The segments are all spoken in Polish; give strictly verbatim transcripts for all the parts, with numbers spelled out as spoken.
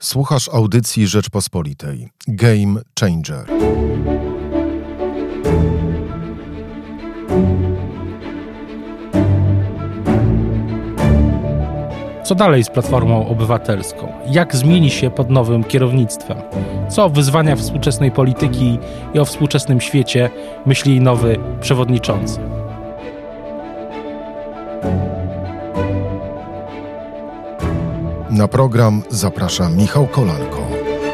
Słuchasz audycji Rzeczpospolitej. Game Changer. Co dalej z Platformą Obywatelską? Jak zmieni się pod nowym kierownictwem? Co o wyzwaniach współczesnej polityki i o współczesnym świecie myśli nowy przewodniczący? Na program zaprasza Michał Kolanko.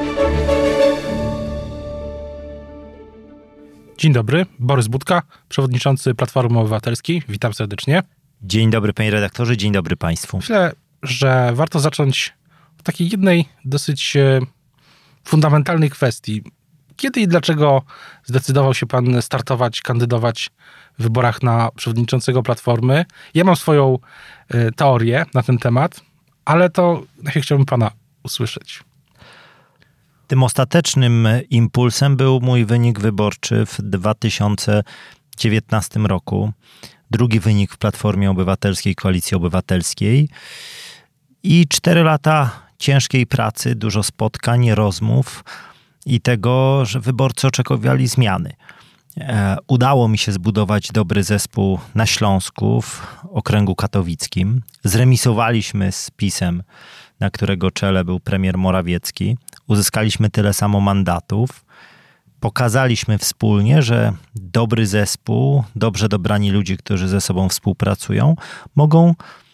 Dzień dobry, Borys Budka, przewodniczący Platformy Obywatelskiej. Witam serdecznie. Dzień dobry, panie redaktorze, dzień dobry państwu. Myślę, że warto zacząć od takiej jednej dosyć fundamentalnej kwestii. Kiedy i dlaczego zdecydował się pan startować, kandydować w wyborach na przewodniczącego Platformy? Ja mam swoją teorię na ten temat, ale to ja chciałbym pana usłyszeć. Tym ostatecznym impulsem był mój wynik wyborczy w dwa tysiące dziewiętnastym roku. Drugi wynik w Platformie Obywatelskiej, Koalicji Obywatelskiej i cztery lata ciężkiej pracy, dużo spotkań, rozmów i tego, że wyborcy oczekiwali zmiany. Udało mi się zbudować dobry zespół na Śląsku, w okręgu katowickim. Zremisowaliśmy z PiS-em, na którego czele był premier Morawiecki. Uzyskaliśmy tyle samo mandatów. Pokazaliśmy wspólnie, że dobry zespół, dobrze dobrani ludzie, którzy ze sobą współpracują, mogą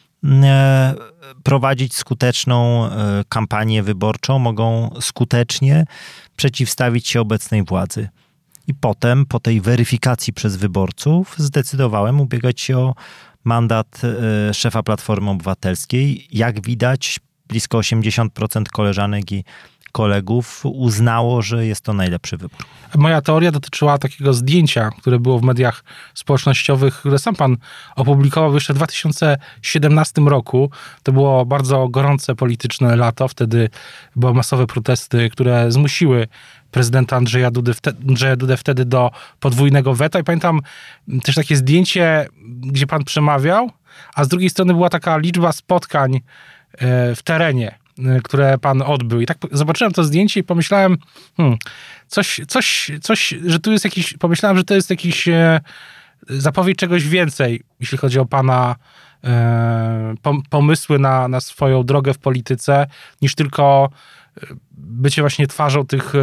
prowadzić skuteczną kampanię wyborczą, mogą skutecznie przeciwstawić się obecnej władzy. I potem, po tej weryfikacji przez wyborców, zdecydowałem ubiegać się o mandat szefa Platformy Obywatelskiej. Jak widać, blisko osiemdziesiąt procent koleżanek i kolegów uznało, że jest to najlepszy wybór. Moja teoria dotyczyła takiego zdjęcia, które było w mediach społecznościowych, które sam pan opublikował jeszcze w dwa tysiące siedemnastym roku. To było bardzo gorące polityczne lato. Wtedy były masowe protesty, które zmusiły prezydenta Andrzeja Dudy, Andrzeja Dudę wtedy do podwójnego weta. I pamiętam też takie zdjęcie, gdzie pan przemawiał, a z drugiej strony była taka liczba spotkań w terenie, które pan odbył. I tak zobaczyłem to zdjęcie i pomyślałem, hmm, coś, coś, coś, że tu jest jakiś, pomyślałem, że to jest jakiś e, zapowiedź czegoś więcej, jeśli chodzi o pana e, pomysły na, na swoją drogę w polityce, niż tylko bycie właśnie twarzą tych,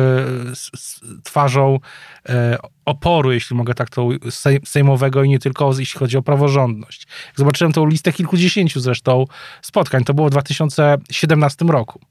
twarzą oporu, jeśli mogę tak to sejmowego i nie tylko jeśli chodzi o praworządność. Jak zobaczyłem tą listę kilkudziesięciu zresztą spotkań, to było w dwa tysiące siedemnastym roku.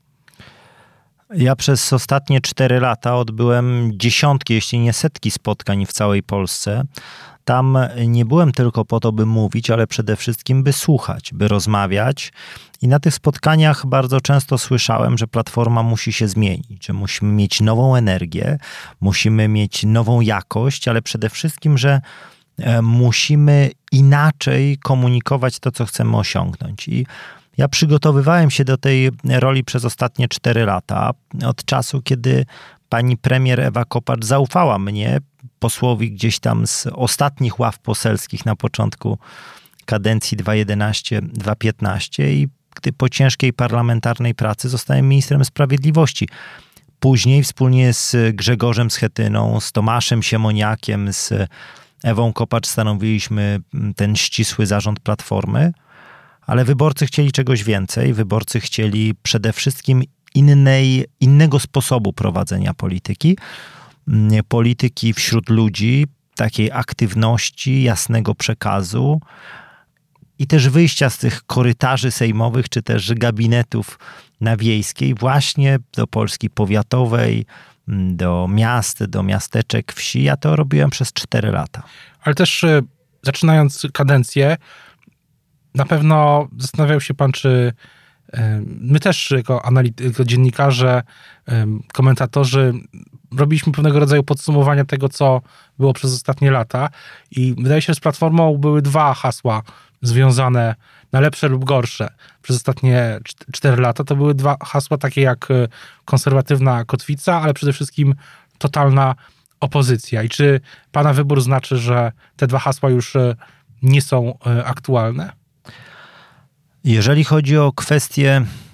Ja przez ostatnie cztery lata odbyłem dziesiątki, jeśli nie setki spotkań w całej Polsce. Tam nie byłem tylko po to, by mówić, ale przede wszystkim, by słuchać, by rozmawiać. I na tych spotkaniach bardzo często słyszałem, że Platforma musi się zmienić, że musimy mieć nową energię, musimy mieć nową jakość, ale przede wszystkim, że musimy inaczej komunikować to, co chcemy osiągnąć. I ja przygotowywałem się do tej roli przez ostatnie cztery lata, od czasu, kiedy pani premier Ewa Kopacz zaufała mnie, posłowi gdzieś tam z ostatnich ław poselskich na początku kadencji dwa tysiące jedenastej do dwa tysiące piętnastej i gdy po ciężkiej parlamentarnej pracy zostałem ministrem sprawiedliwości. Później wspólnie z Grzegorzem Schetyną, z Tomaszem Siemoniakiem, z Ewą Kopacz stanowiliśmy ten ścisły zarząd Platformy, ale wyborcy chcieli czegoś więcej. Wyborcy chcieli przede wszystkim innej, innego sposobu prowadzenia polityki. Polityki wśród ludzi, takiej aktywności, jasnego przekazu i też wyjścia z tych korytarzy sejmowych, czy też gabinetów na Wiejskiej właśnie do Polski powiatowej, do miast, do miasteczek, wsi. Ja to robiłem przez cztery lata. Ale też zaczynając kadencję, na pewno zastanawiał się pan, czy my też jako, anality- jako dziennikarze, komentatorzy robiliśmy pewnego rodzaju podsumowania tego, co było przez ostatnie lata i wydaje się, że z Platformą były dwa hasła związane na lepsze lub gorsze przez ostatnie cztery lata. To były dwa hasła takie jak konserwatywna kotwica, ale przede wszystkim totalna opozycja. I czy pana wybór znaczy, że te dwa hasła już nie są aktualne? Jeżeli chodzi o kwestię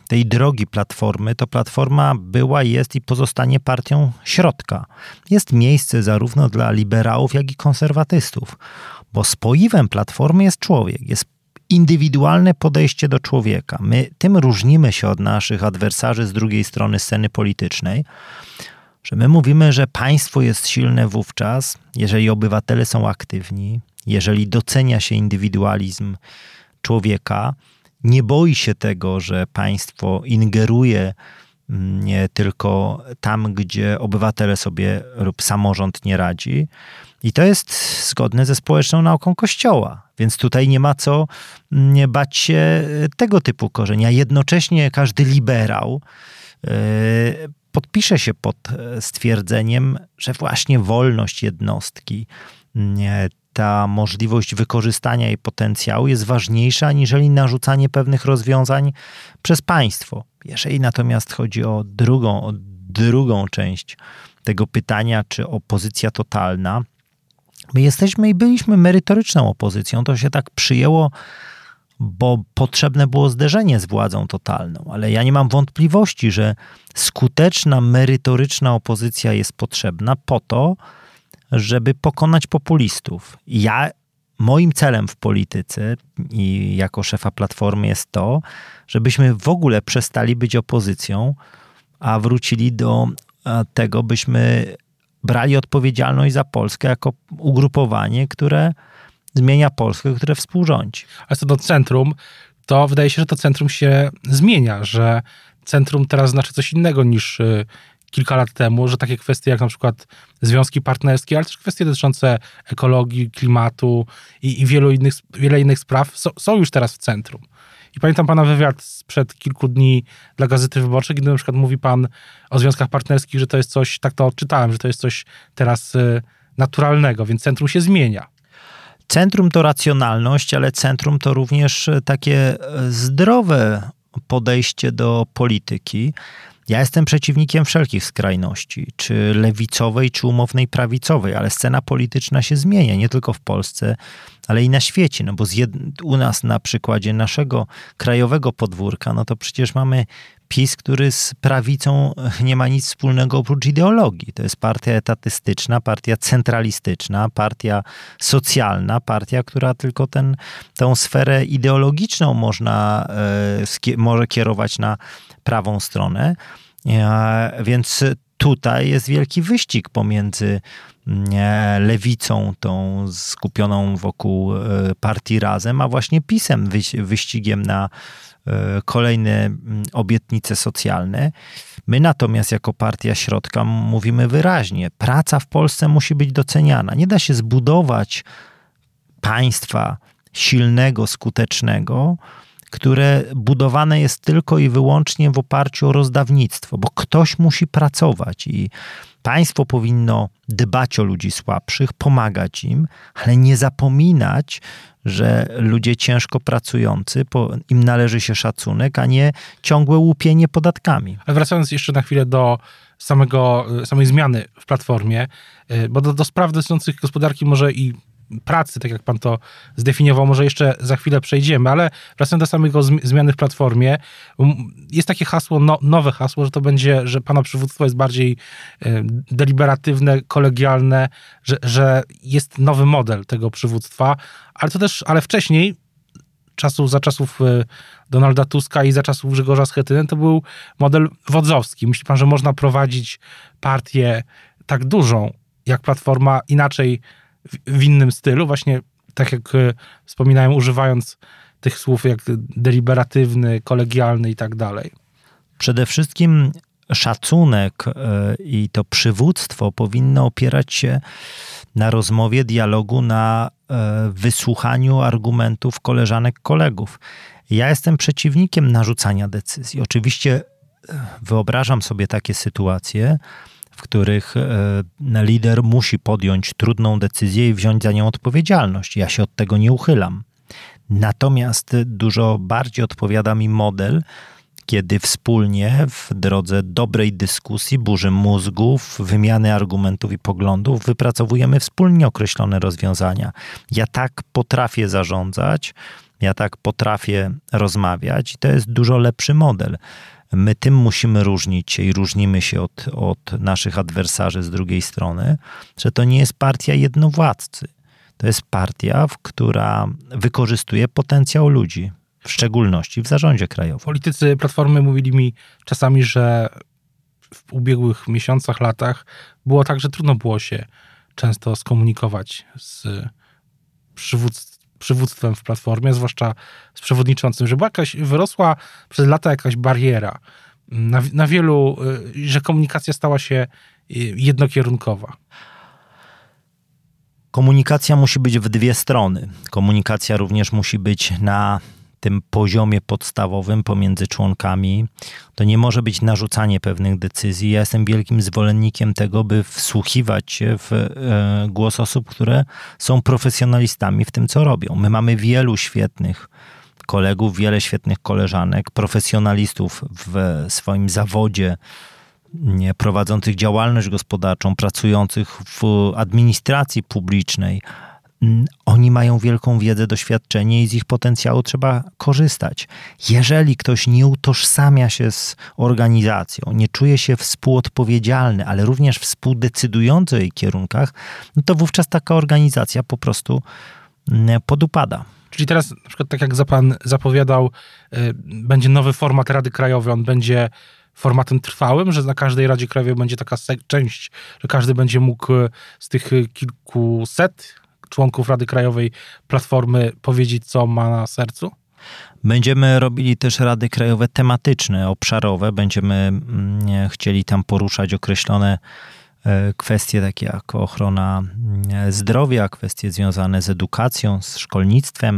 tej drogi Platformy, to Platforma była, jest i pozostanie partią środka. Jest miejsce zarówno dla liberałów, jak i konserwatystów, bo spoiwem Platformy jest człowiek, jest indywidualne podejście do człowieka. My tym różnimy się od naszych adwersarzy z drugiej strony sceny politycznej, że my mówimy, że państwo jest silne wówczas, jeżeli obywatele są aktywni, jeżeli docenia się indywidualizm człowieka, nie boi się tego, że państwo ingeruje nie tylko tam, gdzie obywatele sobie lub samorząd nie radzi. I to jest zgodne ze społeczną nauką Kościoła. Więc tutaj nie ma co nie bać się tego typu korzenia. Jednocześnie każdy liberał yy, podpisze się pod stwierdzeniem, że właśnie wolność jednostki, nie, ta możliwość wykorzystania jej potencjału jest ważniejsza aniżeli narzucanie pewnych rozwiązań przez państwo. Jeżeli natomiast chodzi o drugą, o drugą część tego pytania, czy opozycja totalna, my jesteśmy i byliśmy merytoryczną opozycją. To się tak przyjęło, bo potrzebne było zderzenie z władzą totalną. Ale ja nie mam wątpliwości, że skuteczna, merytoryczna opozycja jest potrzebna po to, żeby pokonać populistów. Ja, moim celem w polityce i jako szefa Platformy jest to, żebyśmy w ogóle przestali być opozycją, a wrócili do tego, byśmy brali odpowiedzialność za Polskę jako ugrupowanie, które zmienia Polskę, które współrządzi. A co do centrum, to wydaje się, że to centrum się zmienia, że centrum teraz znaczy coś innego niż kilka lat temu, że takie kwestie jak na przykład związki partnerskie, ale też kwestie dotyczące ekologii, klimatu i, i wielu innych, wiele innych spraw so, są już teraz w centrum. I pamiętam pana wywiad sprzed kilku dni dla Gazety Wyborczej, gdy na przykład mówi pan o związkach partnerskich, że to jest coś, tak to odczytałem, że to jest coś teraz y, naturalnego, więc centrum się zmienia. Centrum to racjonalność, ale centrum to również takie zdrowe podejście do polityki. Ja jestem przeciwnikiem wszelkich skrajności, czy lewicowej, czy umownej prawicowej, ale scena polityczna się zmienia, nie tylko w Polsce, ale i na świecie. No bo zjed- u nas na przykładzie naszego krajowego podwórka, no to przecież mamy PiS, który z prawicą nie ma nic wspólnego oprócz ideologii. To jest partia etatystyczna, partia centralistyczna, partia socjalna, partia, która tylko ten, tę sferę ideologiczną można, e, skie- może kierować na prawą stronę. E, więc tutaj jest wielki wyścig pomiędzy e, lewicą, tą skupioną wokół e, partii Razem, a właśnie PiS-em, wyś- wyścigiem na kolejne obietnice socjalne. My natomiast jako partia środka mówimy wyraźnie, praca w Polsce musi być doceniana. Nie da się zbudować państwa silnego, skutecznego, które budowane jest tylko i wyłącznie w oparciu o rozdawnictwo, bo ktoś musi pracować i państwo powinno dbać o ludzi słabszych, pomagać im, ale nie zapominać, że ludzie ciężko pracujący, im należy się szacunek, a nie ciągłe łupienie podatkami. Ale wracając jeszcze na chwilę do samego, samej zmiany w Platformie, bo do, do spraw dotyczących gospodarki może i pracy, tak jak pan to zdefiniował, może jeszcze za chwilę przejdziemy, ale wracając do samego zmiany w Platformie, jest takie hasło, no, nowe hasło, że to będzie, że pana przywództwo jest bardziej deliberatywne, kolegialne, że, że jest nowy model tego przywództwa, ale to też, ale wcześniej, czasów, za czasów Donalda Tuska i za czasów Grzegorza Schetyny, to był model wodzowski. Myśli pan, że można prowadzić partię tak dużą, jak Platforma, inaczej w innym stylu, właśnie tak jak wspominałem, używając tych słów jak deliberatywny, kolegialny i tak dalej. Przede wszystkim szacunek i to przywództwo powinno opierać się na rozmowie, dialogu, na wysłuchaniu argumentów koleżanek, kolegów. Ja jestem przeciwnikiem narzucania decyzji. Oczywiście wyobrażam sobie takie sytuacje, w których lider musi podjąć trudną decyzję i wziąć za nią odpowiedzialność. Ja się od tego nie uchylam. Natomiast dużo bardziej odpowiada mi model, kiedy wspólnie w drodze dobrej dyskusji, burzy mózgów, wymiany argumentów i poglądów wypracowujemy wspólnie określone rozwiązania. Ja tak potrafię zarządzać Ja tak potrafię rozmawiać i to jest dużo lepszy model. My tym musimy różnić się i różnimy się od, od naszych adwersarzy z drugiej strony, że to nie jest partia jednowładcy. To jest partia, która wykorzystuje potencjał ludzi, w szczególności w zarządzie krajowym. Politycy Platformy mówili mi czasami, że w ubiegłych miesiącach, latach było tak, że trudno było się często skomunikować z przywódz, przywództwem w Platformie, zwłaszcza z przewodniczącym, że była jakaś, wyrosła przez lata jakaś bariera na, na wielu, że komunikacja stała się jednokierunkowa. Komunikacja musi być w dwie strony. Komunikacja również musi być na tym poziomie podstawowym pomiędzy członkami. To nie może być narzucanie pewnych decyzji. Ja jestem wielkim zwolennikiem tego, by wsłuchiwać się w e, głos osób, które są profesjonalistami w tym, co robią. My mamy wielu świetnych kolegów, wiele świetnych koleżanek, profesjonalistów w swoim zawodzie, nie, prowadzących działalność gospodarczą, pracujących w administracji publicznej. Oni mają wielką wiedzę, doświadczenie i z ich potencjału trzeba korzystać. Jeżeli ktoś nie utożsamia się z organizacją, nie czuje się współodpowiedzialny, ale również współdecydujący o jej kierunkach, no to wówczas taka organizacja po prostu podupada. Czyli teraz, na przykład tak jak pan zapowiadał, będzie nowy format Rady Krajowej, on będzie formatem trwałym, że na każdej Radzie Krajowej będzie taka część, że każdy będzie mógł z tych kilkuset członków Rady Krajowej Platformy powiedzieć, co ma na sercu? Będziemy robili też Rady Krajowe tematyczne, obszarowe. Będziemy chcieli tam poruszać określone kwestie takie jak ochrona zdrowia, kwestie związane z edukacją, z szkolnictwem,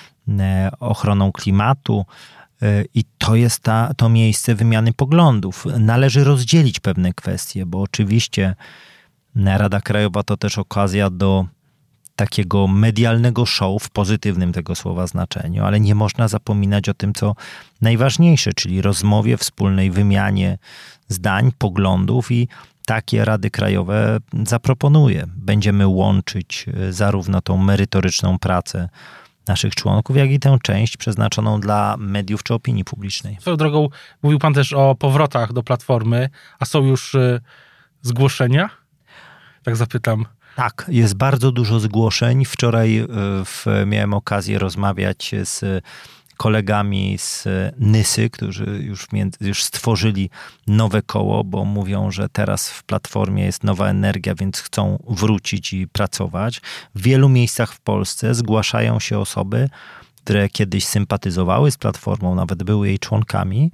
ochroną klimatu. I to jest ta, to miejsce wymiany poglądów. Należy rozdzielić pewne kwestie, bo oczywiście Rada Krajowa to też okazja do takiego medialnego show w pozytywnym tego słowa znaczeniu, ale nie można zapominać o tym, co najważniejsze, czyli rozmowie, wspólnej wymianie zdań, poglądów i takie Rady Krajowe zaproponuję. Będziemy łączyć zarówno tą merytoryczną pracę naszych członków, jak i tę część przeznaczoną dla mediów czy opinii publicznej. Swoją drogą, mówił pan też o powrotach do Platformy, a są już y, zgłoszenia? Tak zapytam. Tak, jest bardzo dużo zgłoszeń. Wczoraj w, miałem okazję rozmawiać z kolegami z Nysy, którzy już, już stworzyli nowe koło, bo mówią, że teraz w Platformie jest nowa energia, więc chcą wrócić i pracować. W wielu miejscach w Polsce zgłaszają się osoby, które kiedyś sympatyzowały z Platformą, nawet były jej członkami,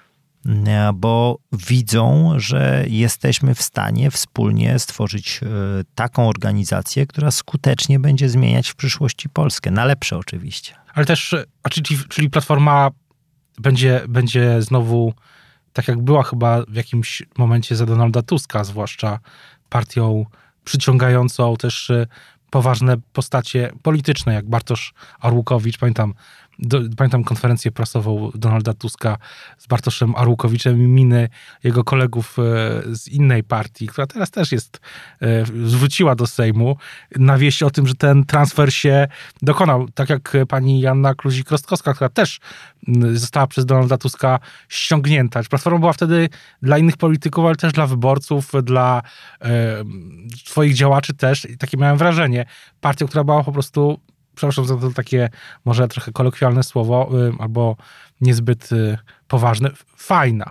bo widzą, że jesteśmy w stanie wspólnie stworzyć taką organizację, która skutecznie będzie zmieniać w przyszłości Polskę. Na lepsze oczywiście. Ale też, a czyli, czyli Platforma będzie, będzie znowu, tak jak była chyba w jakimś momencie za Donalda Tuska, zwłaszcza partią przyciągającą też poważne postacie polityczne, jak Bartosz Arłukowicz. Pamiętam, do, pamiętam konferencję prasową Donalda Tuska z Bartoszem Arłukowiczem i miny jego kolegów z innej partii, która teraz też jest, zwróciła do Sejmu na wieść o tym, że ten transfer się dokonał. Tak jak pani Joanna Kluzik-Rostkowska, która też została przez Donalda Tuska ściągnięta. Platforma była wtedy dla innych polityków, ale też dla wyborców, dla e, swoich działaczy też. I takie miałem wrażenie. Partia, która była po prostu, przepraszam za to takie może trochę kolokwialne słowo, y, albo niezbyt y, poważne, fajna.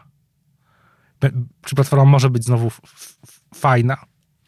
Czy Platforma może być znowu f- f- fajna?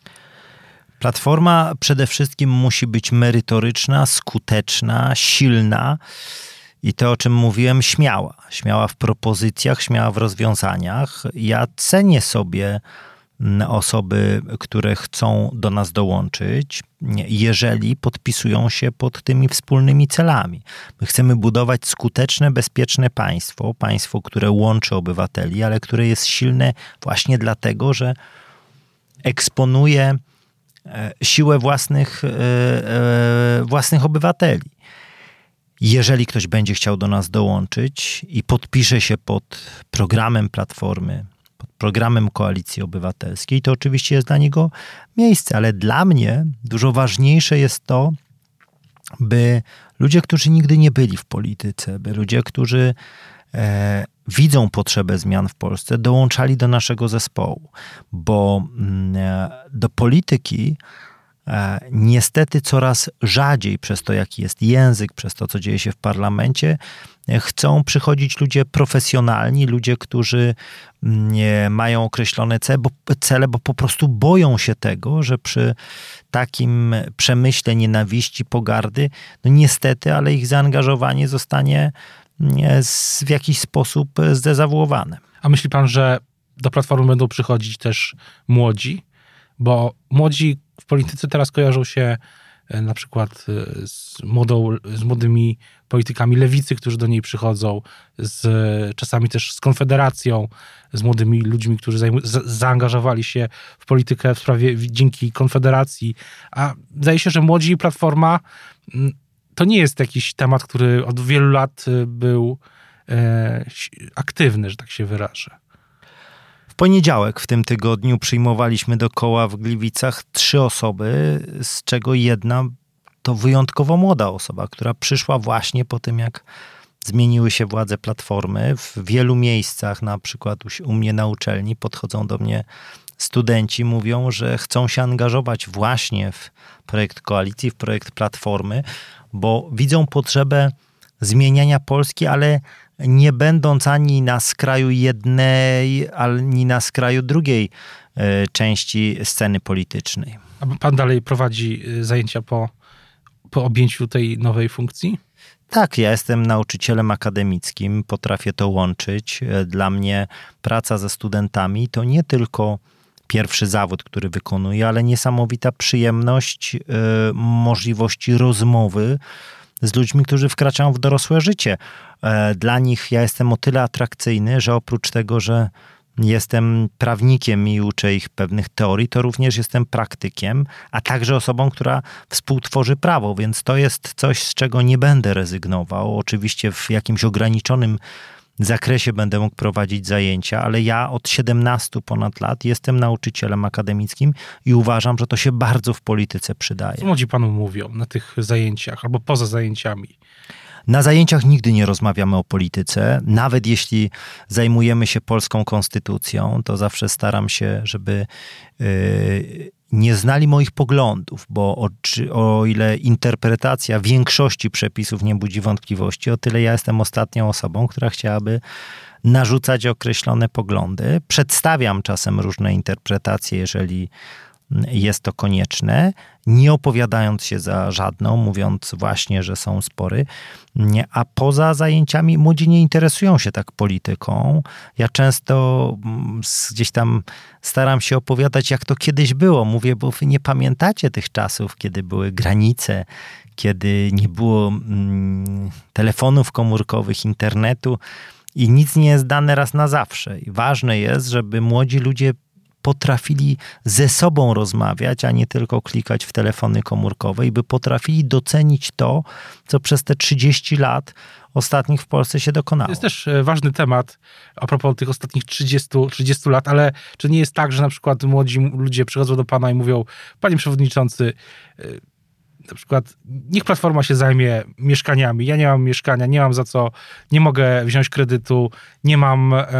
Platforma przede wszystkim musi być merytoryczna, skuteczna, silna i to, o czym mówiłem, śmiała. Śmiała w propozycjach, śmiała w rozwiązaniach. Ja cenię sobie osoby, które chcą do nas dołączyć, jeżeli podpisują się pod tymi wspólnymi celami. My chcemy budować skuteczne, bezpieczne państwo, państwo, które łączy obywateli, ale które jest silne właśnie dlatego, że eksponuje siłę własnych, własnych obywateli. Jeżeli ktoś będzie chciał do nas dołączyć i podpisze się pod programem Platformy, pod programem Koalicji Obywatelskiej, to oczywiście jest dla niego miejsce, ale dla mnie dużo ważniejsze jest to, by ludzie, którzy nigdy nie byli w polityce, by ludzie, którzy e, widzą potrzebę zmian w Polsce, dołączali do naszego zespołu, bo e, do polityki e, niestety coraz rzadziej przez to, jaki jest język, przez to, co dzieje się w parlamencie, e, chcą przychodzić ludzie profesjonalni, ludzie, którzy nie mają określone cele bo, cele, bo po prostu boją się tego, że przy takim przemyśle nienawiści, pogardy, no niestety, ale ich zaangażowanie zostanie w jakiś sposób zdezawuowane. A myśli pan, że do Platformy będą przychodzić też młodzi? Bo młodzi w polityce teraz kojarzą się na przykład z, młodą, z młodymi politykami lewicy, którzy do niej przychodzą, z, czasami też z Konfederacją, z młodymi ludźmi, którzy zajmu, z, zaangażowali się w politykę w sprawie dzięki Konfederacji. A zdaje się, że młodzi i Platforma to nie jest jakiś temat, który od wielu lat był e, aktywny, że tak się wyrażę. W poniedziałek w tym tygodniu przyjmowaliśmy do koła w Gliwicach trzy osoby, z czego jedna to wyjątkowo młoda osoba, która przyszła właśnie po tym, jak zmieniły się władze Platformy. W wielu miejscach, na przykład u mnie na uczelni, podchodzą do mnie studenci, mówią, że chcą się angażować właśnie w projekt koalicji, w projekt Platformy, bo widzą potrzebę zmieniania Polski, ale nie będąc ani na skraju jednej, ani na skraju drugiej e, części sceny politycznej. A pan dalej prowadzi zajęcia po, po objęciu tej nowej funkcji? Tak, ja jestem nauczycielem akademickim, potrafię to łączyć. Dla mnie praca ze studentami to nie tylko pierwszy zawód, który wykonuję, ale niesamowita przyjemność, e, możliwości rozmowy z ludźmi, którzy wkraczają w dorosłe życie. Dla nich ja jestem o tyle atrakcyjny, że oprócz tego, że jestem prawnikiem i uczę ich pewnych teorii, to również jestem praktykiem, a także osobą, która współtworzy prawo, więc to jest coś, z czego nie będę rezygnował. Oczywiście w jakimś ograniczonym zakresie będę mógł prowadzić zajęcia, ale ja od siedemnastu ponad lat jestem nauczycielem akademickim i uważam, że to się bardzo w polityce przydaje. Co młodzi panu mówią na tych zajęciach albo poza zajęciami? Na zajęciach nigdy nie rozmawiamy o polityce. Nawet jeśli zajmujemy się polską konstytucją, to zawsze staram się, żeby yy, nie znali moich poglądów, bo o, o ile interpretacja większości przepisów nie budzi wątpliwości, o tyle ja jestem ostatnią osobą, która chciałaby narzucać określone poglądy. Przedstawiam czasem różne interpretacje, jeżeli jest to konieczne, nie opowiadając się za żadną, mówiąc właśnie, że są spory. A poza zajęciami młodzi nie interesują się tak polityką. Ja często gdzieś tam staram się opowiadać, jak to kiedyś było. Mówię, bo wy nie pamiętacie tych czasów, kiedy były granice, kiedy nie było mm, telefonów komórkowych, internetu i nic nie jest dane raz na zawsze. I ważne jest, żeby młodzi ludzie potrafili ze sobą rozmawiać, a nie tylko klikać w telefony komórkowe i by potrafili docenić to, co przez te trzydzieści lat ostatnich w Polsce się dokonało. To jest też ważny temat a propos tych ostatnich trzydziestu, trzydziestu lat, ale czy nie jest tak, że na przykład młodzi ludzie przychodzą do pana i mówią: panie przewodniczący, na przykład niech Platforma się zajmie mieszkaniami. Ja nie mam mieszkania, nie mam za co, nie mogę wziąć kredytu, nie mam, e,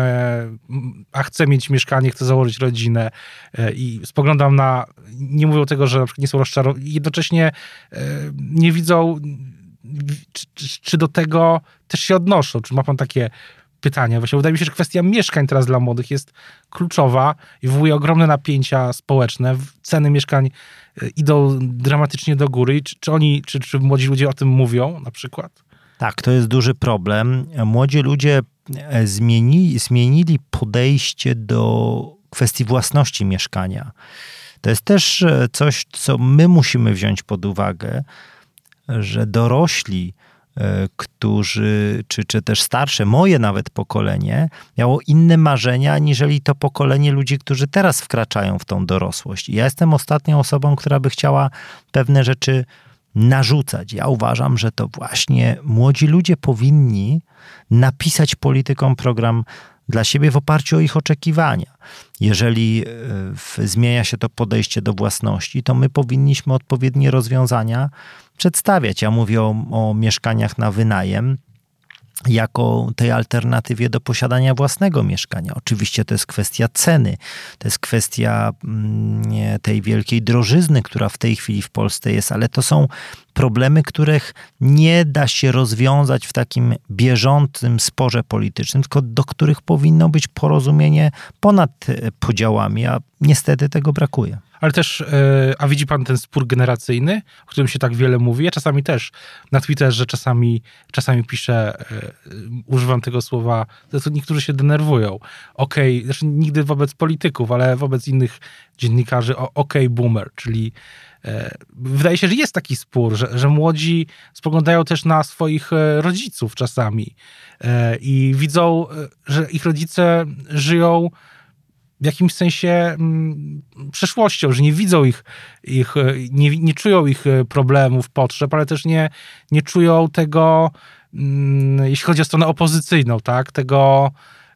a chcę mieć mieszkanie, chcę założyć rodzinę e, i spoglądam na, nie mówią tego, że na przykład nie są rozczarowani, jednocześnie e, nie widzą, czy, czy, czy do tego też się odnoszą. Czy ma pan takie pytania? Właśnie wydaje mi się, że kwestia mieszkań teraz dla młodych jest kluczowa i wywołuje ogromne napięcia społeczne. Ceny mieszkań idą dramatycznie do góry. Czy, czy oni, czy, czy młodzi ludzie o tym mówią na przykład? Tak, to jest duży problem. Młodzi ludzie zmienili, zmienili podejście do kwestii własności mieszkania. To jest też coś, co my musimy wziąć pod uwagę, że dorośli, którzy, czy, czy też starsze, moje nawet pokolenie, miało inne marzenia, aniżeli to pokolenie ludzi, którzy teraz wkraczają w tą dorosłość. I ja jestem ostatnią osobą, która by chciała pewne rzeczy narzucać. Ja uważam, że to właśnie młodzi ludzie powinni napisać politykom program dla siebie w oparciu o ich oczekiwania. Jeżeli zmienia się to podejście do własności, to my powinniśmy odpowiednie rozwiązania przedstawiać. Ja mówię o, o mieszkaniach na wynajem, jako tej alternatywie do posiadania własnego mieszkania. Oczywiście to jest kwestia ceny, to jest kwestia nie, tej wielkiej drożyzny, która w tej chwili w Polsce jest, ale to są problemy, których nie da się rozwiązać w takim bieżącym sporze politycznym, tylko do których powinno być porozumienie ponad podziałami, a niestety tego brakuje. Ale też, a widzi pan ten spór generacyjny, o którym się tak wiele mówi? Ja czasami też na Twitterze czasami, czasami piszę, używam tego słowa, to niektórzy się denerwują. Okej, okay, znaczy nigdy wobec polityków, ale wobec innych dziennikarzy, okej, okay, boomer, czyli wydaje się, że jest taki spór, że, że młodzi spoglądają też na swoich rodziców czasami i widzą, że ich rodzice żyją w jakimś sensie mm, przeszłością, że nie widzą ich, ich nie, nie czują ich problemów, potrzeb, ale też nie, nie czują tego, mm, jeśli chodzi o stronę opozycyjną, tak, tego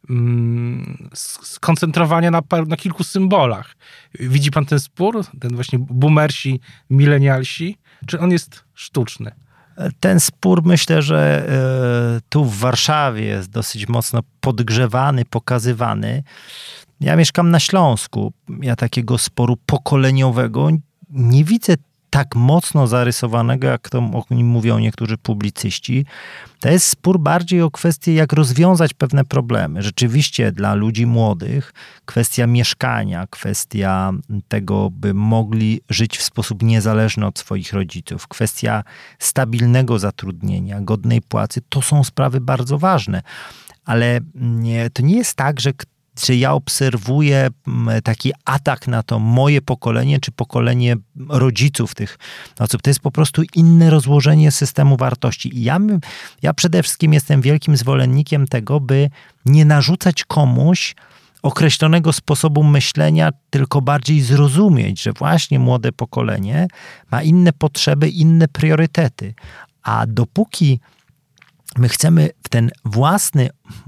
mm, skoncentrowania na, na kilku symbolach. Widzi pan ten spór? Ten właśnie boomersi, milenialsi? Czy on jest sztuczny? Ten spór, myślę, że tu w Warszawie jest dosyć mocno podgrzewany, pokazywany. Ja mieszkam na Śląsku. Ja takiego sporu pokoleniowego nie widzę tak mocno zarysowanego, jak to o nim mówią niektórzy publicyści. To jest spór bardziej o kwestię, jak rozwiązać pewne problemy. Rzeczywiście dla ludzi młodych kwestia mieszkania, kwestia tego, by mogli żyć w sposób niezależny od swoich rodziców, kwestia stabilnego zatrudnienia, godnej płacy, to są sprawy bardzo ważne. Ale nie, to nie jest tak, że czy ja obserwuję taki atak na to moje pokolenie, czy pokolenie rodziców tych osób. To jest po prostu inne rozłożenie systemu wartości. I ja, ja przede wszystkim jestem wielkim zwolennikiem tego, by nie narzucać komuś określonego sposobu myślenia, tylko bardziej zrozumieć, że właśnie młode pokolenie ma inne potrzeby, inne priorytety. A dopóki my chcemy w ten własny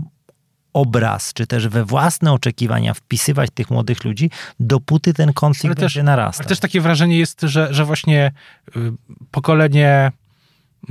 obraz, czy też we własne oczekiwania wpisywać tych młodych ludzi, dopóty ten konflikt ale będzie też, narastał. Ale też takie wrażenie jest, że, że właśnie y, pokolenie, y,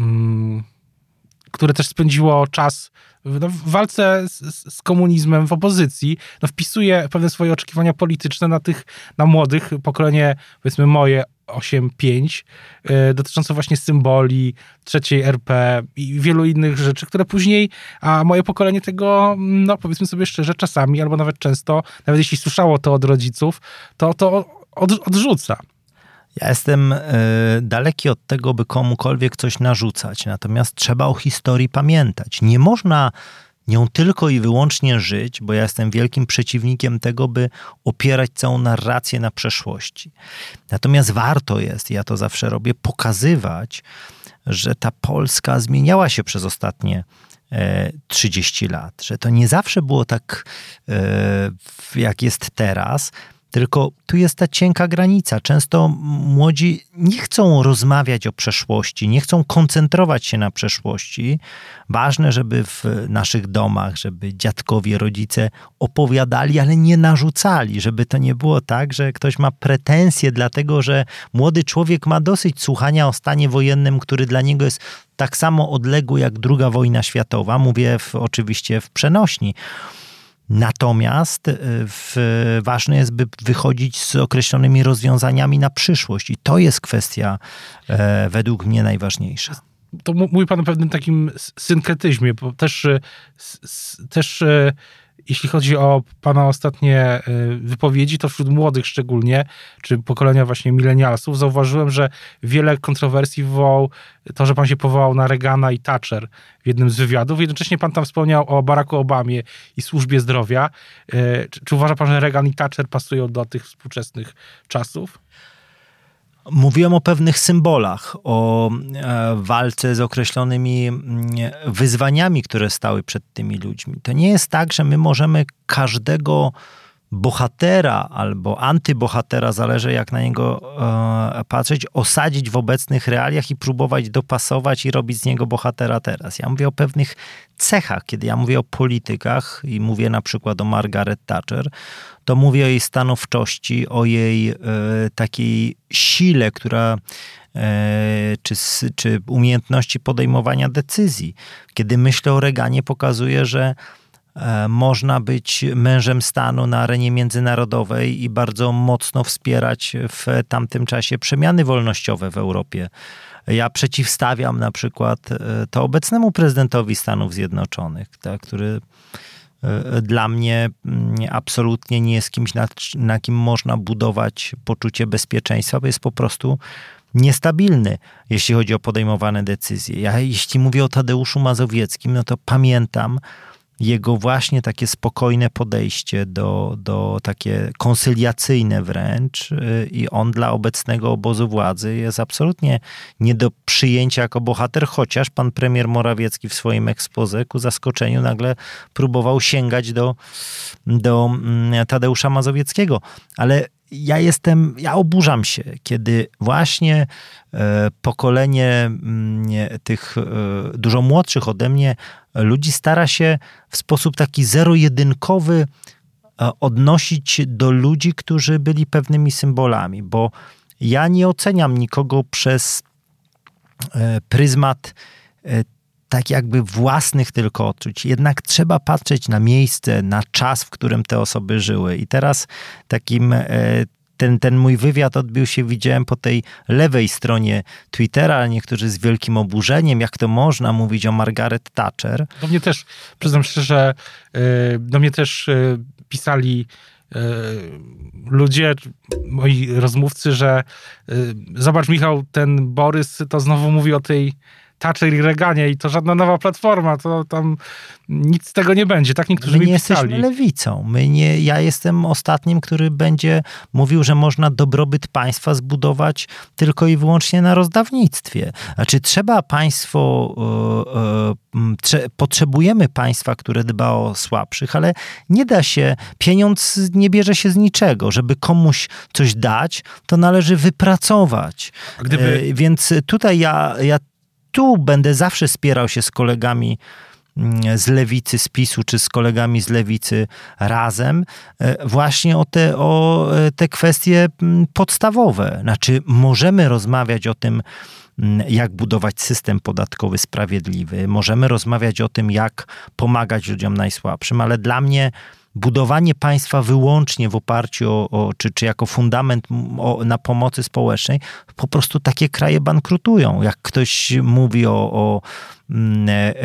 które też spędziło czas no, w walce z, z komunizmem, w opozycji, no, wpisuje pewne swoje oczekiwania polityczne na tych, na młodych, pokolenie, powiedzmy moje, osiem pięć, y, dotyczące właśnie symboli, trzeciej R P i wielu innych rzeczy, które później, a moje pokolenie tego, no powiedzmy sobie szczerze, czasami, albo nawet często, nawet jeśli słyszało to od rodziców, to, to od, odrzuca. Ja jestem y, daleki od tego, by komukolwiek coś narzucać, natomiast trzeba o historii pamiętać. Nie można nią tylko i wyłącznie żyć, bo ja jestem wielkim przeciwnikiem tego, by opierać całą narrację na przeszłości. Natomiast warto jest, ja to zawsze robię, pokazywać, że ta Polska zmieniała się przez ostatnie e, trzydzieści lat, że to nie zawsze było tak, e, jak jest teraz, tylko tu jest ta cienka granica. Często młodzi nie chcą rozmawiać o przeszłości, nie chcą koncentrować się na przeszłości. Ważne, żeby w naszych domach, żeby dziadkowie, rodzice opowiadali, ale nie narzucali, żeby to nie było tak, że ktoś ma pretensje dlatego, że młody człowiek ma dosyć słuchania o stanie wojennym, który dla niego jest tak samo odległy jak druga wojna światowa. Mówię w, oczywiście w przenośni. Natomiast w, ważne jest, by wychodzić z określonymi rozwiązaniami na przyszłość. I to jest kwestia e, według mnie najważniejsza. To mówi pan o pewnym takim synkretyzmie, bo też, też jeśli chodzi o pana ostatnie wypowiedzi, to wśród młodych szczególnie, czy pokolenia właśnie milenialsów, zauważyłem, że wiele kontrowersji wywołał to, że pan się powołał na Reagana i Thatcher w jednym z wywiadów. Jednocześnie pan tam wspomniał o Baracku Obamie i służbie zdrowia. Czy, czy uważa pan, że Reagan i Thatcher pasują do tych współczesnych czasów? Mówiłem o pewnych symbolach, o e, walce z określonymi wyzwaniami, które stały przed tymi ludźmi. To nie jest tak, że my możemy każdego bohatera albo antybohatera, zależy jak na niego e, patrzeć, osadzić w obecnych realiach i próbować dopasować i robić z niego bohatera teraz. Ja mówię o pewnych cechach. Kiedy ja mówię o politykach i mówię na przykład o Margaret Thatcher, to mówię o jej stanowczości, o jej e, takiej sile, która e, czy, czy umiejętności podejmowania decyzji. Kiedy myślę o Reaganie, pokazuje, że można być mężem stanu na arenie międzynarodowej i bardzo mocno wspierać w tamtym czasie przemiany wolnościowe w Europie. Ja przeciwstawiam na przykład to obecnemu prezydentowi Stanów Zjednoczonych, tak, który dla mnie absolutnie nie jest kimś, na, na kim można budować poczucie bezpieczeństwa, bo jest po prostu niestabilny, jeśli chodzi o podejmowane decyzje. Ja jeśli mówię o Tadeuszu Mazowieckim, no to pamiętam jego właśnie takie spokojne podejście do, do takie konsyliacyjne wręcz i on dla obecnego obozu władzy jest absolutnie nie do przyjęcia jako bohater, chociaż pan premier Morawiecki w swoim exposé ku zaskoczeniu nagle próbował sięgać do, do Tadeusza Mazowieckiego. Ale ja jestem, ja oburzam się, kiedy właśnie e, pokolenie m, tych e, dużo młodszych ode mnie ludzi stara się w sposób taki zero-jedynkowy e, odnosić do ludzi, którzy byli pewnymi symbolami, bo ja nie oceniam nikogo przez e, pryzmat e, tak jakby własnych tylko odczuć. Jednak trzeba patrzeć na miejsce, na czas, w którym te osoby żyły. I teraz takim ten, ten mój wywiad odbił się, widziałem, po tej lewej stronie Twittera, ale niektórzy z wielkim oburzeniem, jak to można mówić o Margaret Thatcher. Do mnie też, przyznam szczerze, do mnie też pisali ludzie, moi rozmówcy, że zobacz, Michał, ten Borys to znowu mówi o tej Thatcher i Reaganie i to żadna nowa platforma, to tam nic z tego nie będzie. Tak niektórzy My mi nie pisali. jesteśmy lewicą. My nie, ja jestem ostatnim, który będzie mówił, że można dobrobyt państwa zbudować tylko i wyłącznie na rozdawnictwie. Znaczy trzeba państwo, yy, yy, trze, potrzebujemy państwa, które dba o słabszych, ale nie da się, pieniądz nie bierze się z niczego. Żeby komuś coś dać, to należy wypracować. A gdyby... Yy, więc tutaj ja, ja tu będę zawsze spierał się z kolegami z lewicy, z PiSu, czy z kolegami z lewicy razem właśnie o te, o te kwestie podstawowe. Znaczy, możemy rozmawiać o tym, jak budować system podatkowy sprawiedliwy, możemy rozmawiać o tym, jak pomagać ludziom najsłabszym, ale dla mnie budowanie państwa wyłącznie w oparciu o, o czy, czy jako fundament o, na pomocy społecznej, po prostu takie kraje bankrutują. Jak ktoś mówi o, o, e,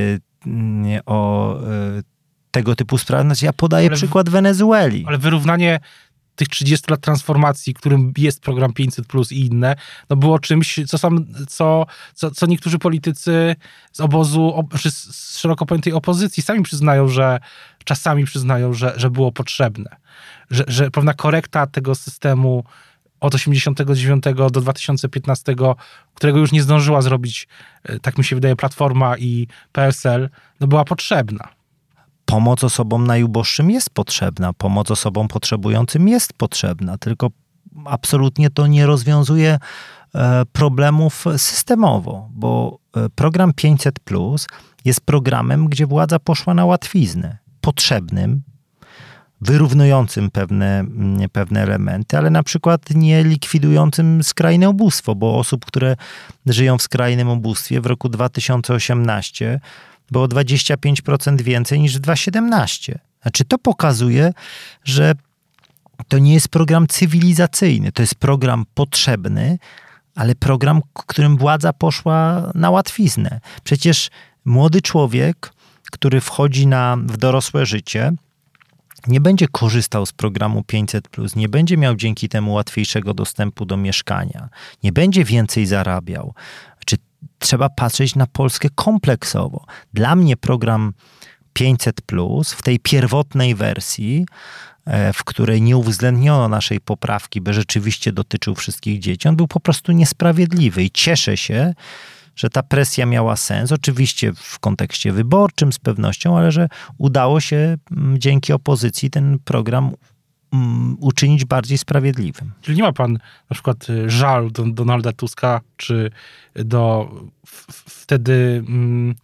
e, o e, tego typu sprawach, ja podaję ale, przykład Wenezueli. Ale wyrównanie tych trzydziestu lat transformacji, którym jest program pięćset plus i inne, no było czymś, co, sam, co, co, co niektórzy politycy z obozu, czy z szeroko pojętej opozycji sami przyznają, że czasami przyznają, że, że było potrzebne. Że, że pewna korekta tego systemu od osiemdziesiątego dziewiątego do dwa tysiące piętnastego, którego już nie zdążyła zrobić, tak mi się wydaje, Platforma i P S L, no była potrzebna. Pomoc osobom najuboższym jest potrzebna, pomoc osobom potrzebującym jest potrzebna, tylko absolutnie to nie rozwiązuje problemów systemowo, bo program pięćset plus jest programem, gdzie władza poszła na łatwiznę, potrzebnym, wyrównującym pewne, pewne elementy, ale na przykład nie likwidującym skrajne ubóstwo, bo osób, które żyją w skrajnym ubóstwie w roku dwa tysiące osiemnastym było dwadzieścia pięć procent więcej niż w dwa tysiące siedemnastym. Znaczy to pokazuje, że to nie jest program cywilizacyjny, to jest program potrzebny, ale program, którym władza poszła na łatwiznę. Przecież młody człowiek, który wchodzi na, w dorosłe życie, nie będzie korzystał z programu pięćset plus, nie będzie miał dzięki temu łatwiejszego dostępu do mieszkania, nie będzie więcej zarabiał. Czy trzeba patrzeć na Polskę kompleksowo. Dla mnie program pięćset plus w tej pierwotnej wersji, w której nie uwzględniono naszej poprawki, by rzeczywiście dotyczył wszystkich dzieci, on był po prostu niesprawiedliwy i cieszę się, że ta presja miała sens, oczywiście w kontekście wyborczym z pewnością, ale że udało się dzięki opozycji ten program um, uczynić bardziej sprawiedliwym. Czyli nie ma pan na przykład żal do Donalda Tuska, czy do w, wtedy, mm,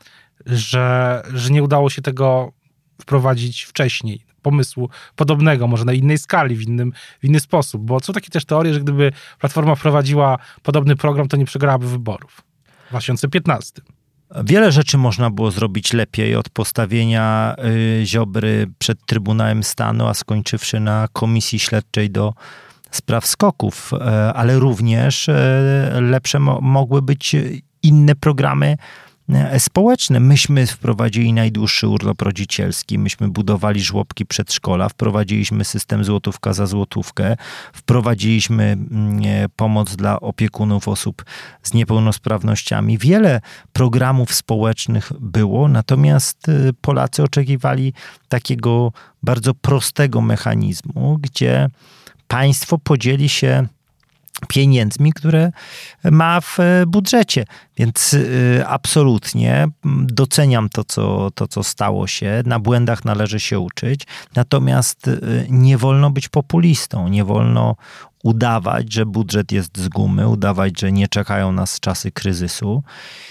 że, że nie udało się tego wprowadzić wcześniej, pomysłu podobnego, może na innej skali, w, innym, w inny sposób, bo są takie też teorie, że gdyby Platforma wprowadziła podobny program, to nie przegrałaby wyborów w dwa tysiące piętnastym. Wiele rzeczy można było zrobić lepiej, od postawienia y, Ziobry przed Trybunałem Stanu, a skończywszy na Komisji Śledczej do spraw skoków, y, ale również y, lepsze mo- mogły być inne programy społeczne. Myśmy wprowadzili najdłuższy urlop rodzicielski, myśmy budowali żłobki przedszkola, wprowadziliśmy system złotówka za złotówkę, wprowadziliśmy pomoc dla opiekunów osób z niepełnosprawnościami. Wiele programów społecznych było, natomiast Polacy oczekiwali takiego bardzo prostego mechanizmu, gdzie państwo podzieli się pieniędzmi, które ma w budżecie. Więc y, absolutnie doceniam to co, to, co stało się. Na błędach należy się uczyć. Natomiast y, nie wolno być populistą. Nie wolno udawać, że budżet jest z gumy, udawać, że nie czekają nas czasy kryzysu.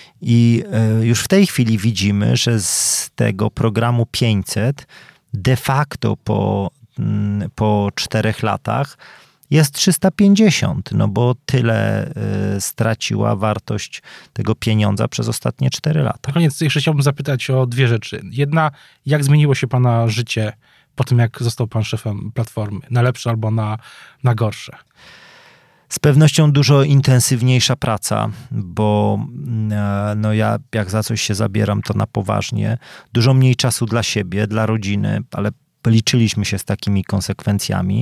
I y, już w tej chwili widzimy, że z tego programu pięćset de facto po, y, po czterech latach jest trzysta pięćdziesiąt, no bo tyle y, straciła wartość tego pieniądza przez ostatnie cztery lata. Na koniec jeszcze chciałbym zapytać o dwie rzeczy. Jedna, jak zmieniło się pana życie po tym, jak został pan szefem Platformy? Na lepsze albo na, na gorsze? Z pewnością dużo intensywniejsza praca, bo no ja jak za coś się zabieram, to na poważnie. Dużo mniej czasu dla siebie, dla rodziny, ale liczyliśmy się z takimi konsekwencjami.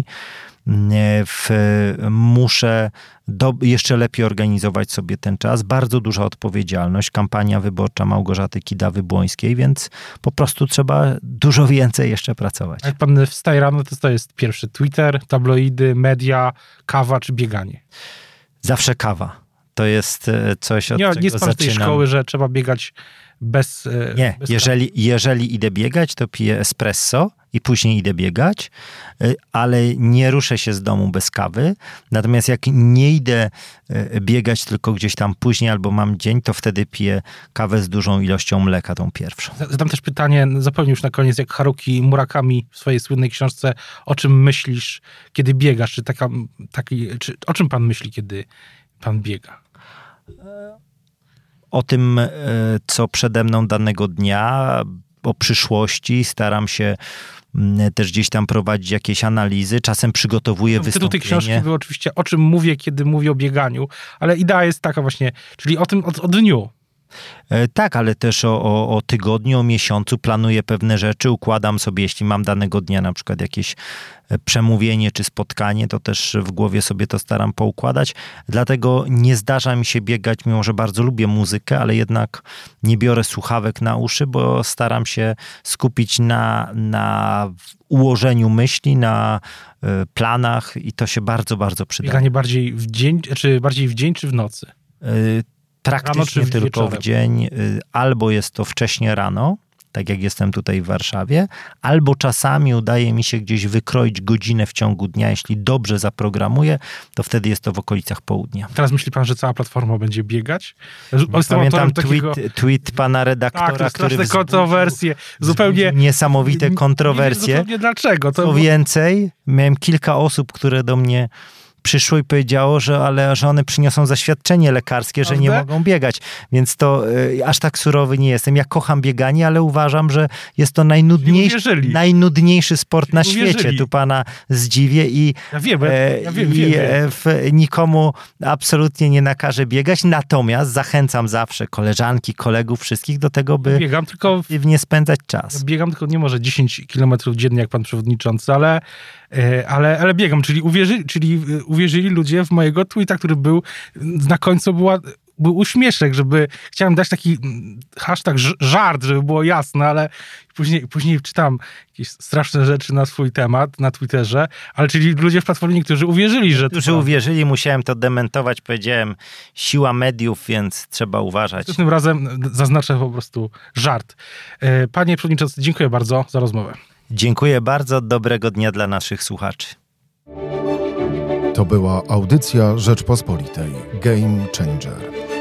W, muszę do, jeszcze lepiej organizować sobie ten czas. Bardzo duża odpowiedzialność. Kampania wyborcza Małgorzaty Kidawy-Błońskiej, więc po prostu trzeba dużo więcej jeszcze pracować. Jak pan wstaje rano, to to jest pierwszy Twitter, tabloidy, media, kawa czy bieganie? Zawsze kawa. To jest coś, od nie, czego nie z pan tej zaczynam. szkoły, że trzeba biegać bez... Nie, bez jeżeli, jeżeli idę biegać, to piję espresso i później idę biegać, ale nie ruszę się z domu bez kawy. Natomiast jak nie idę biegać, tylko gdzieś tam później albo mam dzień, to wtedy piję kawę z dużą ilością mleka, tą pierwszą. Zadam też pytanie, zapewne już na koniec, jak Haruki Murakami w swojej słynnej książce O czym myślisz, kiedy biegasz? Czy taka, taki, czy, o czym pan myśli, kiedy pan biega? O tym, co przede mną danego dnia, o przyszłości. Staram się też gdzieś tam prowadzić jakieś analizy. Czasem przygotowuję wystąpienie. Tytuł tej książki był oczywiście O czym mówię, kiedy mówię o bieganiu, ale idea jest taka właśnie, czyli o tym, o, o dniu. Tak, ale też o, o, o tygodniu, o miesiącu planuję pewne rzeczy, układam sobie, jeśli mam danego dnia na przykład jakieś przemówienie czy spotkanie, to też w głowie sobie to staram poukładać. Dlatego nie zdarza mi się biegać, mimo że bardzo lubię muzykę, ale jednak nie biorę słuchawek na uszy, bo staram się skupić na, na ułożeniu myśli, na y, planach i to się bardzo, bardzo przyda. Bieganie bardziej w dzień, czy bardziej w dzień, czy w nocy? Y, Praktycznie rano, tylko wieczorem? w dzień, albo jest to wcześnie rano, tak jak jestem tutaj w Warszawie, albo czasami udaje mi się gdzieś wykroić godzinę w ciągu dnia. Jeśli dobrze zaprogramuję, to wtedy jest to w okolicach południa. Teraz myśli pan, że cała Platforma będzie biegać? Pamiętam tweet, takiego... tweet pana redaktora, tak, to który straszne kontrowersje, zupełnie niesamowite kontrowersje. Nie wiem zupełnie dlaczego. To Co było... więcej, miałem kilka osób, które do mnie przyszło i powiedziało, że, ale, że one przyniosą zaświadczenie lekarskie, że nie mogą biegać. Więc to y, aż tak surowy nie jestem. Ja kocham bieganie, ale uważam, że jest to najnudniejszy, najnudniejszy sport na uwierzyli. świecie. Tu pana zdziwię i, ja wiem, e, ja wiem, i wiem, wiem. W, nikomu absolutnie nie nakażę biegać. Natomiast zachęcam zawsze koleżanki, kolegów, wszystkich do tego, by biegam, tylko w... nie spędzać czas. Biegam tylko nie może dziesięć kilometrów dziennie, jak pan przewodniczący, ale, ale, ale biegam, czyli uwierzyli, czyli uwierzyli ludzie w mojego tweeta, który był, na końcu była, był uśmieszek, żeby, chciałem dać taki hashtag żart, żeby było jasne, ale później, później czytam jakieś straszne rzeczy na swój temat, na Twitterze, ale czyli ludzie w Platformie, którzy uwierzyli, że... Którzy to uwierzyli, musiałem to dementować, powiedziałem, siła mediów, więc trzeba uważać. Tym razem zaznaczę po prostu żart. Panie przewodniczący, dziękuję bardzo za rozmowę. Dziękuję bardzo, dobrego dnia dla naszych słuchaczy. To była audycja Rzeczpospolitej. Game Changer.